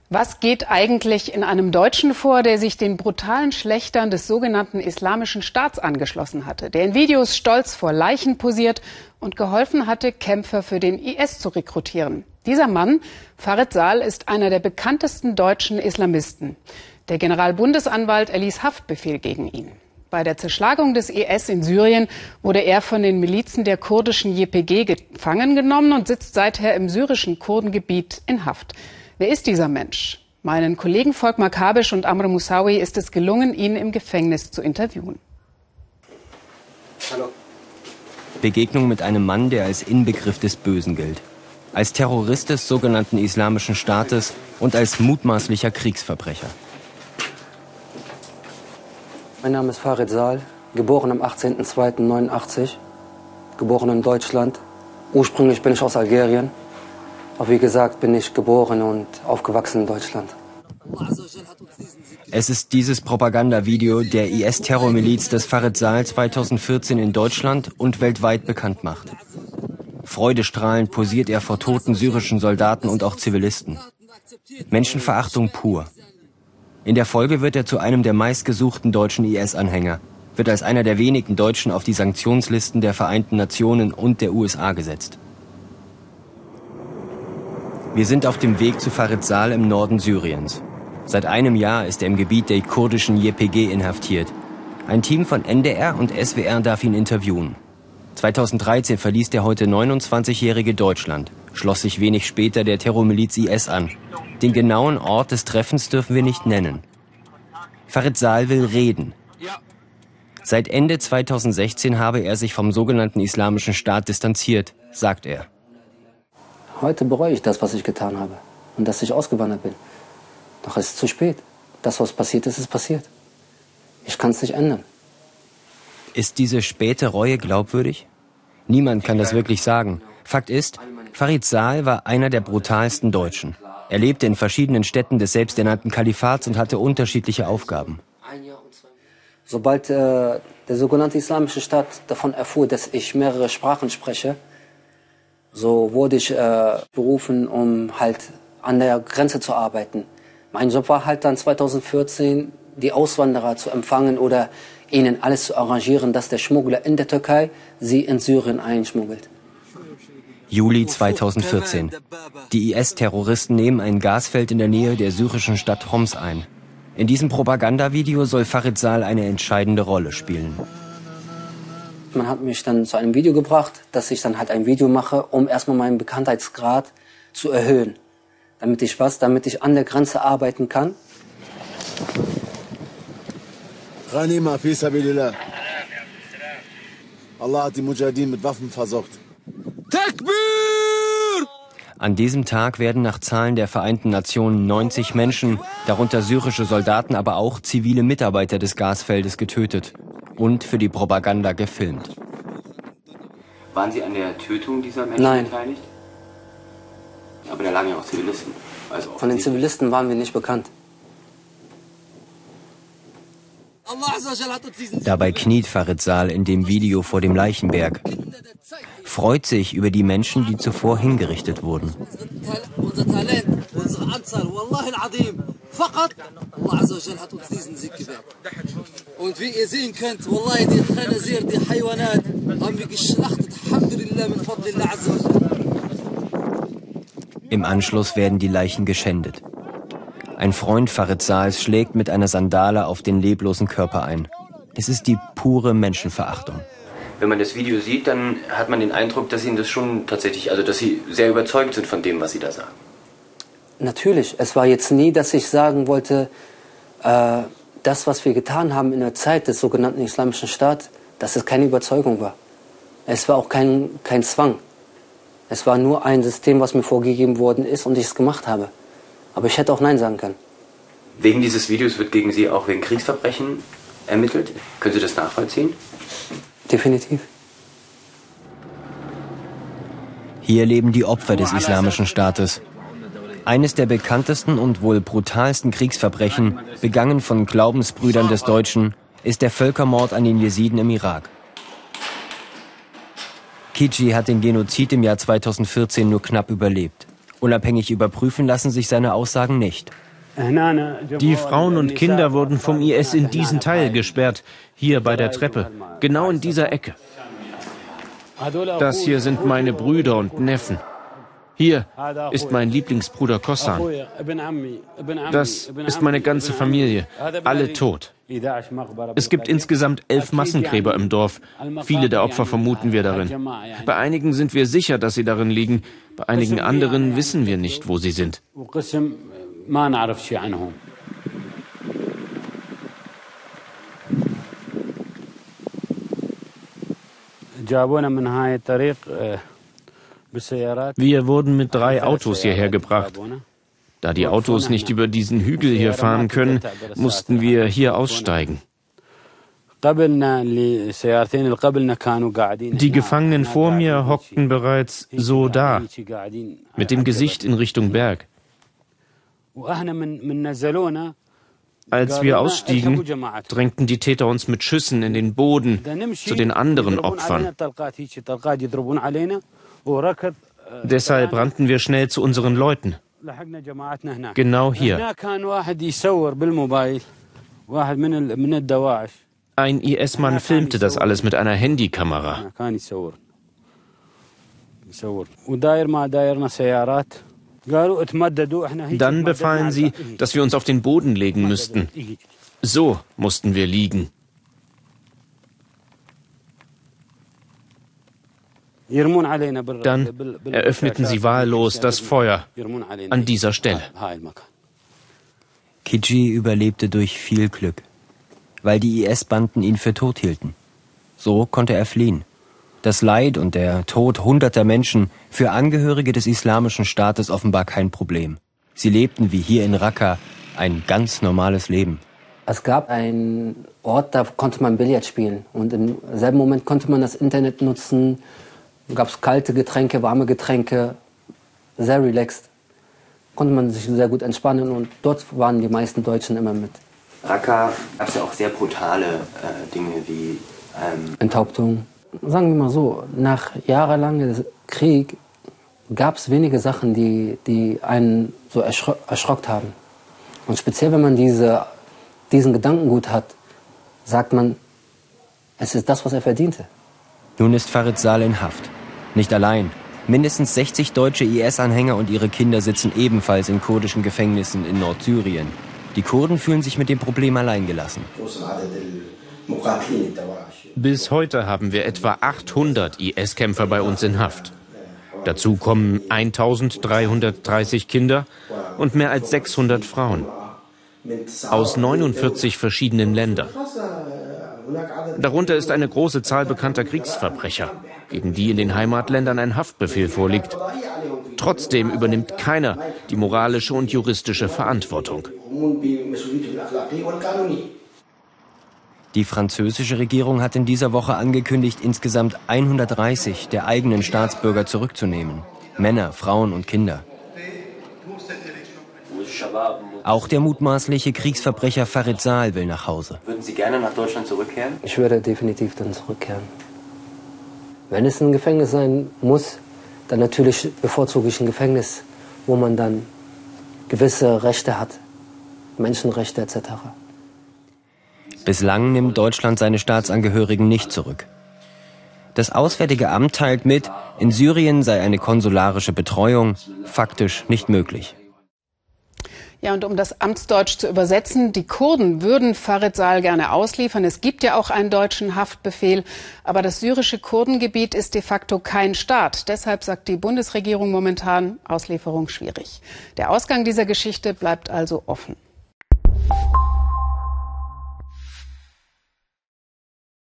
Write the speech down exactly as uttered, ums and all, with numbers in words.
Was geht eigentlich in einem Deutschen vor, der sich den brutalen Schlächtern des sogenannten Islamischen Staats angeschlossen hatte, der in Videos stolz vor Leichen posiert und geholfen hatte, Kämpfer für den I S zu rekrutieren? Dieser Mann, Farid Sal, ist einer der bekanntesten deutschen Islamisten. Der Generalbundesanwalt erließ Haftbefehl gegen ihn. Bei der Zerschlagung des I S in Syrien wurde er von den Milizen der kurdischen J P G gefangen genommen und sitzt seither im syrischen Kurdengebiet in Haft. Wer ist dieser Mensch? Meinen Kollegen Volkmar Kabisch und Amr Moussaoui ist es gelungen, ihn im Gefängnis zu interviewen. Hallo. Begegnung mit einem Mann, der als Inbegriff des Bösen gilt. Als Terrorist des sogenannten Islamischen Staates und als mutmaßlicher Kriegsverbrecher. Mein Name ist Farid Sal, geboren am achtzehnten zweiten neunundachtzig, geboren in Deutschland. Ursprünglich bin ich aus Algerien, aber wie gesagt bin ich geboren und aufgewachsen in Deutschland. Es ist dieses Propagandavideo der I S-Terrormiliz, das Farid Sal zweitausendvierzehn in Deutschland und weltweit bekannt macht. Freudestrahlend posiert er vor toten syrischen Soldaten und auch Zivilisten. Menschenverachtung pur. In der Folge wird er zu einem der meistgesuchten deutschen I S-Anhänger, wird als einer der wenigen Deutschen auf die Sanktionslisten der Vereinten Nationen und der U S A gesetzt. Wir sind auf dem Weg zu Farid Sal im Norden Syriens. Seit einem Jahr ist er im Gebiet der kurdischen J P G inhaftiert. Ein Team von N D R und S W R darf ihn interviewen. zweitausenddreizehn verließ der heute neunundzwanzigjährige Deutschland, schloss sich wenig später der Terrormiliz I S an. Den genauen Ort des Treffens dürfen wir nicht nennen. Farid Sal will reden. Seit Ende zweitausendsechzehn habe er sich vom sogenannten Islamischen Staat distanziert, sagt er. Heute bereue ich das, was ich getan habe und dass ich ausgewandert bin. Doch es ist zu spät. Das, was passiert ist, ist passiert. Ich kann es nicht ändern. Ist diese späte Reue glaubwürdig? Niemand kann das wirklich sagen. Fakt ist, Farid Sal war einer der brutalsten Deutschen. Er lebte in verschiedenen Städten des selbsternannten Kalifats und hatte unterschiedliche Aufgaben. Sobald äh, der sogenannte Islamische Staat davon erfuhr, dass ich mehrere Sprachen spreche, so wurde ich äh, berufen, um halt an der Grenze zu arbeiten. Mein Job war halt dann zweitausendvierzehn, die Auswanderer zu empfangen oder ihnen alles zu arrangieren, dass der Schmuggler in der Türkei sie in Syrien einschmuggelt. Juli zweitausendvierzehn. Die I S-Terroristen nehmen ein Gasfeld in der Nähe der syrischen Stadt Homs ein. In diesem Propagandavideo soll Farid Sal eine entscheidende Rolle spielen. Man hat mich dann zu einem Video gebracht, dass ich dann halt ein Video mache, um erstmal meinen Bekanntheitsgrad zu erhöhen. Damit ich was? Damit ich an der Grenze arbeiten kann. Ghanima fi sabilillah. Allah hat die Mujahideen mit Waffen versorgt. Takbir! An diesem Tag werden nach Zahlen der Vereinten Nationen neunzig Menschen, darunter syrische Soldaten, aber auch zivile Mitarbeiter des Gasfeldes getötet und für die Propaganda gefilmt. Waren Sie an der Tötung dieser Menschen Nein. beteiligt? Aber da lagen ja auch Zivilisten. Also Von den Zivilisten waren wir nicht bekannt. Dabei kniet Farid Sal in dem Video vor dem Leichenberg, freut sich über die Menschen, die zuvor hingerichtet wurden. Unser Talent, unsere Anzahl, Wallahi al-Adim, faqat, Allah Azza wa Jal hat uns diesen Sieg gewährt. Und wie ihr sehen könnt, Wallahi, die Khanazir, die Haywanat, haben wir geschlachtet, Alhamdulillah, min Fadlillah Azza wa Jal. Im Anschluss werden die Leichen geschändet. Ein Freund Farid Sals schlägt mit einer Sandale auf den leblosen Körper ein. Es ist die pure Menschenverachtung. Wenn man das Video sieht, dann hat man den Eindruck, dass Ihnen das schon tatsächlich, also dass Sie sehr überzeugt sind von dem, was Sie da sagen. Natürlich. Es war jetzt nie, dass ich sagen wollte, äh, das, was wir getan haben in der Zeit des sogenannten Islamischen Staates, dass es keine Überzeugung war. Es war auch kein, kein Zwang. Es war nur ein System, was mir vorgegeben worden ist und ich es gemacht habe. Aber ich hätte auch Nein sagen können. Wegen dieses Videos wird gegen Sie auch wegen Kriegsverbrechen ermittelt. Können Sie das nachvollziehen? Definitiv. Hier leben die Opfer des Islamischen Staates. Eines der bekanntesten und wohl brutalsten Kriegsverbrechen, begangen von Glaubensbrüdern des Deutschen, ist der Völkermord an den Jesiden im Irak. Kidji hat den Genozid im Jahr zweitausendvierzehn nur knapp überlebt. Unabhängig überprüfen lassen sich seine Aussagen nicht. Die Frauen und Kinder wurden vom I S in diesen Teil gesperrt, hier bei der Treppe, genau in dieser Ecke. Das hier sind meine Brüder und Neffen. Hier ist mein Lieblingsbruder Kossan. Das ist meine ganze Familie, alle tot. Es gibt insgesamt elf Massengräber im Dorf. Viele der Opfer vermuten wir darin. Bei einigen sind wir sicher, dass sie darin liegen. Bei einigen anderen wissen wir nicht, wo sie sind. Wir wurden mit drei Autos hierher gebracht. Da die Autos nicht über diesen Hügel hier fahren können, mussten wir hier aussteigen. Die Gefangenen vor mir hockten bereits so da, mit dem Gesicht in Richtung Berg. Als wir ausstiegen, drängten die Täter uns mit Schüssen in den Boden zu den anderen Opfern. Deshalb rannten wir schnell zu unseren Leuten. Genau hier. Ein I S-Mann filmte das alles mit einer Handykamera. Dann befahlen sie, dass wir uns auf den Boden legen müssten. So mussten wir liegen. Dann eröffneten sie wahllos das Feuer an dieser Stelle. Kidji überlebte durch viel Glück, weil die I S-Banden ihn für tot hielten. So konnte er fliehen. Das Leid und der Tod hunderter Menschen, für Angehörige des Islamischen Staates offenbar kein Problem. Sie lebten wie hier in Raqqa ein ganz normales Leben. Es gab einen Ort, da konnte man Billard spielen. Und im selben Moment konnte man das Internet nutzen. Gab es kalte Getränke, warme Getränke, sehr relaxed. Konnte man sich sehr gut entspannen und dort waren die meisten Deutschen immer mit. Raqqa gab es ja auch sehr brutale äh, Dinge wie ähm Enthauptung. Sagen wir mal so, nach jahrelangem Krieg gab es wenige Sachen, die, die einen so erschro erschrockt haben. Und speziell, wenn man diese, diesen Gedankengut hat, sagt man, es ist das, was er verdiente. Nun ist Farid Sal in Haft. Nicht allein. Mindestens sechzig deutsche I S-Anhänger und ihre Kinder sitzen ebenfalls in kurdischen Gefängnissen in Nordsyrien. Die Kurden fühlen sich mit dem Problem alleingelassen. Bis heute haben wir etwa achthundert I S-Kämpfer bei uns in Haft. Dazu kommen eintausenddreihundertdreißig Kinder und mehr als sechshundert Frauen. Aus neunundvierzig verschiedenen Ländern. Darunter ist eine große Zahl bekannter Kriegsverbrecher, gegen die in den Heimatländern ein Haftbefehl vorliegt. Trotzdem übernimmt keiner die moralische und juristische Verantwortung. Die französische Regierung hat in dieser Woche angekündigt, insgesamt hundertdreißig der eigenen Staatsbürger zurückzunehmen. Männer, Frauen und Kinder. Auch der mutmaßliche Kriegsverbrecher Farid Sal will nach Hause. Würden Sie gerne nach Deutschland zurückkehren? Ich würde definitiv dann zurückkehren. Wenn es ein Gefängnis sein muss, dann natürlich bevorzuge ich ein Gefängnis, wo man dann gewisse Rechte hat, Menschenrechte et cetera. Bislang nimmt Deutschland seine Staatsangehörigen nicht zurück. Das Auswärtige Amt teilt mit, in Syrien sei eine konsularische Betreuung faktisch nicht möglich. Ja, und um das Amtsdeutsch zu übersetzen, die Kurden würden Farid Sal gerne ausliefern. Es gibt ja auch einen deutschen Haftbefehl, aber das syrische Kurdengebiet ist de facto kein Staat. Deshalb sagt die Bundesregierung momentan, Auslieferung schwierig. Der Ausgang dieser Geschichte bleibt also offen.